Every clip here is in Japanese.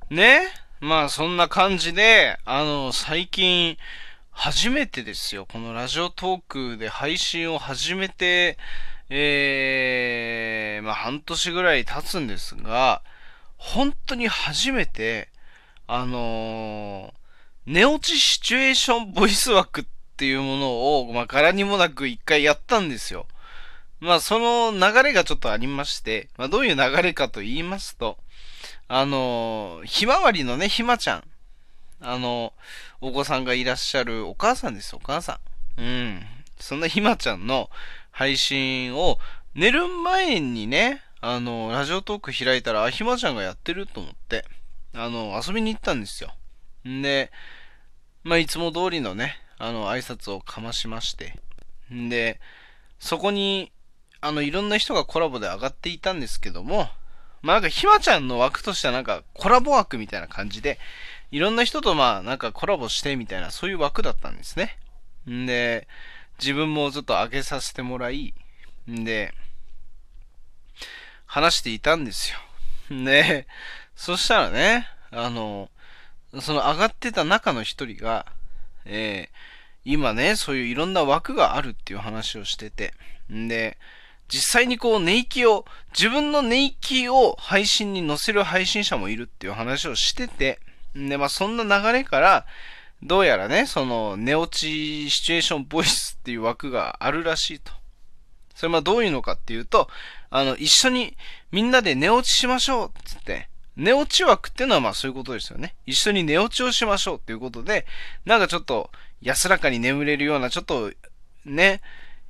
ね。まあそんな感じで、最近、初めてですよ。このラジオトークで配信を始めて、まあ半年ぐらい経つんですが、本当に初めて、あの寝落ちシチュエーションボイス枠っていうものを、まあ柄にもなく一回やったんですよ。まあその流れがちょっとありまして、まあどういう流れかと言いますと、ひまわりのね、ひまちゃん。お子さんがいらっしゃるお母さんです、お母さん。うん。そんなひまちゃんの配信を寝る前にね、ラジオトーク開いたら、ひまちゃんがやってると思って、遊びに行ったんですよ。んで、まあ、いつも通りのね、挨拶をかましまして、んで、そこに、いろんな人がコラボで上がっていたんですけども、まあなんかひまちゃんの枠としてはなんかコラボ枠みたいな感じで、いろんな人とまあなんかコラボしてみたいなそういう枠だったんですね。んで、自分もちょっと上げさせてもらい、んで、話していたんですよ。で、そしたらね、その上がってた中の一人が、今ね、そういういろんな枠があるっていう話をしてて、んで、実際にこう、自分の寝息を配信に載せる配信者もいるっていう話をしてて、で、まあそんな流れから、どうやらね、その、寝落ちシチュエーションボイスっていう枠があるらしいと。それまあどういうのかっていうと、一緒にみんなで寝落ちしましょうって言って、寝落ち枠っていうのはまあそういうことですよね。一緒に寝落ちをしましょうっていうことで、なんかちょっと安らかに眠れるような、ちょっとね、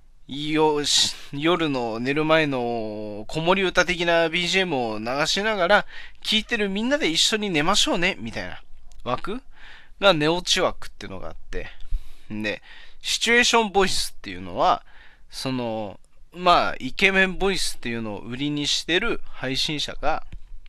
夜の寝る前の子守歌的な BGM を流しながら、聴いてるみんなで一緒に寝ましょうね、みたいな枠が寝落ち枠っていうのがあって。で、シチュエーションボイスっていうのは、その、まあ、イケメンボイスっていうのを売りにしてる配信者が、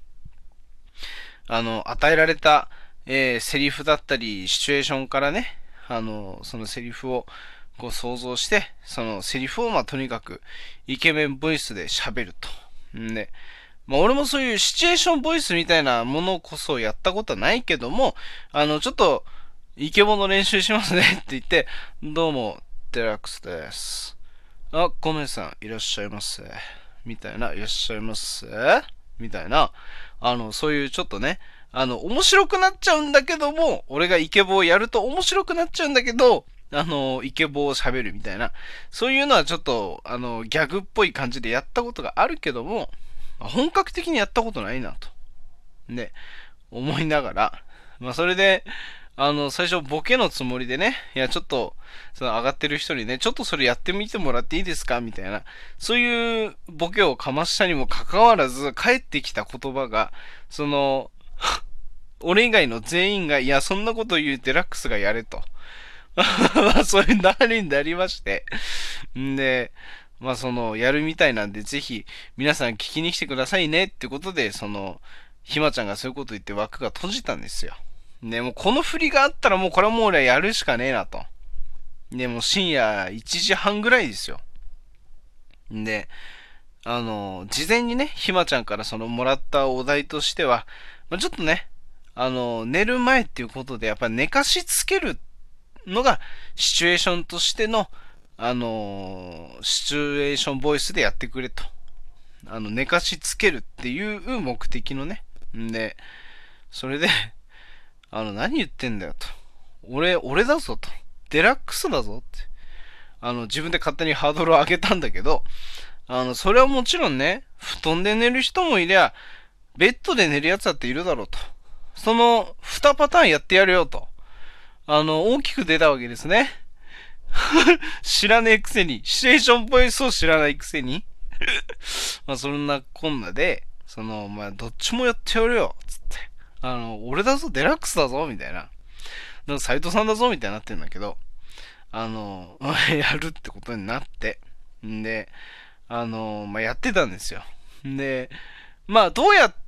与えられた、セリフだったり、シチュエーションからね、そのセリフをこう想像して、そのセリフをまあとにかくイケメンボイスで喋ると。んで、まあ俺もそういうシチュエーションボイスみたいなものこそやったことはないけども、ちょっとイケボの練習しますねって言って、どうも、デラックスです。あ、コメさんいらっしゃいませ。みたいな、いらっしゃいませ。みたいな、そういうちょっとね、面白くなっちゃうんだけども、俺がイケボをやると面白くなっちゃうんだけど、イケボを喋るみたいな、そういうのはちょっと、ギャグっぽい感じでやったことがあるけども、本格的にやったことないなと。で、思いながら、まあ、それで、最初ボケのつもりでね、いや、ちょっと、その上がってる人にね、ちょっとそれやってみてもらっていいですかみたいな、そういうボケをかましたにもかかわらず、返ってきた言葉が、その、俺以外の全員が、いや、そんなこと言うデラックスがやれと。まあ、そういう流れになりまして。んで、まあ、やるみたいなんで、ぜひ、皆さん聞きに来てくださいねってことで、ひまちゃんがそういうこと言って枠が閉じたんですよ。で、もうこの振りがあったらもうこれはもう俺はやるしかねえなと。で、もう深夜1時半ぐらいですよ。で、事前にね、ひまちゃんからもらったお題としては、まあ、ちょっとね、寝る前っていうことで、やっぱ寝かしつけるのが、シチュエーションとしての、シチュエーションボイスでやってくれと。寝かしつけるっていう目的のね。んで、それで、何言ってんだよと。俺だぞと。デラックスだぞって。自分で勝手にハードルを上げたんだけど、それはもちろんね、布団で寝る人もいりゃ、ベッドで寝るやつだっているだろうと。その、二パターンやってやるよと。大きく出たわけですね。知らねえくせに、シチュエーションボイスを知らないくせに。まあ、そんなこんなで、まあ、どっちもやってやるよ、つって。俺だぞ、デラックスだぞ、みたいな。なんか、斎藤さんだぞ、みたいになってんだけど、やるってことになって。んで、まあ、やってたんですよ。んで、まあ、どうやって、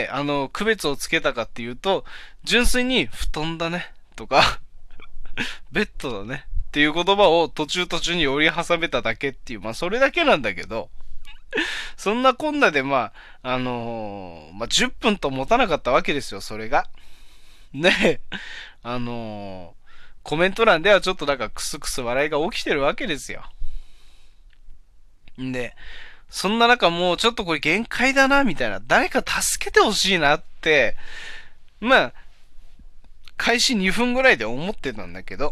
区別をつけたかっていうと、純粋に、布団だね、とか、ベッドだね、っていう言葉を途中途中に折り挟めただけっていう、まあ、それだけなんだけど、 そんなこんなで、10分と持たなかったわけですよ、それが。ね、あのーコメント欄ではちょっとなんかクスクス笑いが起きてるわけですよ。んで、そんな中もうちょっとこれ限界だな、みたいな。誰か助けてほしいなって、まあ、開始2分ぐらいで思ってたんだけど、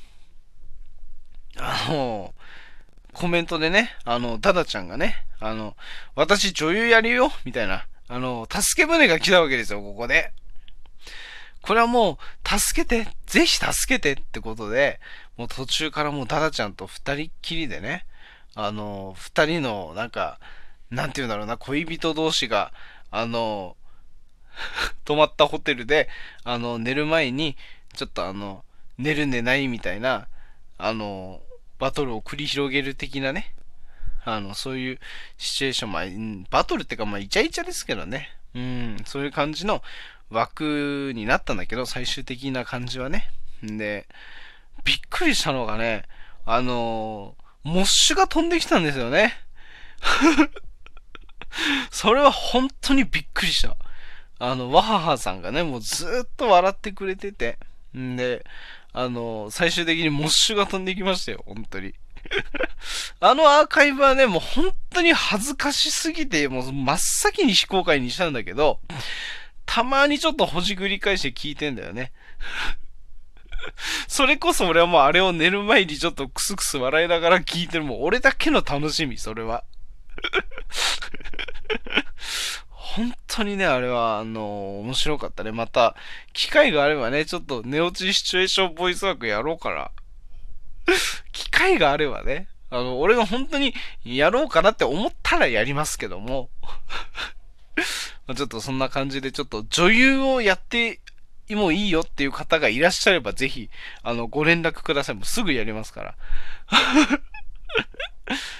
あのコメントでね、ダダちゃんがね、私女優やるよみたいな、助け舟が来たわけですよ、ここで。これはもう、助けて、ぜひ助けてってことで、もう途中からもうダダちゃんと二人っきりでね、二人の、なんか、なんて言うんだろうな、恋人同士が、泊まったホテルで、寝る前に、ちょっと寝る寝ないみたいな、バトルを繰り広げる的なね、そういうシチュエーション、バトルってか、イチャイチャですけどね。そういう感じの枠になったんだけど、最終的な感じはね。で、びっくりしたのがね、モッシュが飛んできたんですよね。それは本当にびっくりした。ワハハさんがね、もうずーっと笑ってくれてて。んで、最終的にモッシュが飛んできましたよ、本当に。あのアーカイブはね、もう本当に恥ずかしすぎて、もう真っ先に非公開にしたんだけど、たまにちょっとほじくり返して聞いてんだよね。それこそ俺はもうあれを寝る前にちょっとクスクス笑いながら聞いてる。もう俺だけの楽しみ、それは。本当にね、あれは、面白かったね。また、機会があればね、ちょっと寝落ちシチュエーションボイスワークやろうから。機会があればね、俺が本当にやろうかなって思ったらやりますけども、ちょっとそんな感じで、ちょっと女優をやってもいいよっていう方がいらっしゃれば、ぜひ、ご連絡ください。もうすぐやりますから。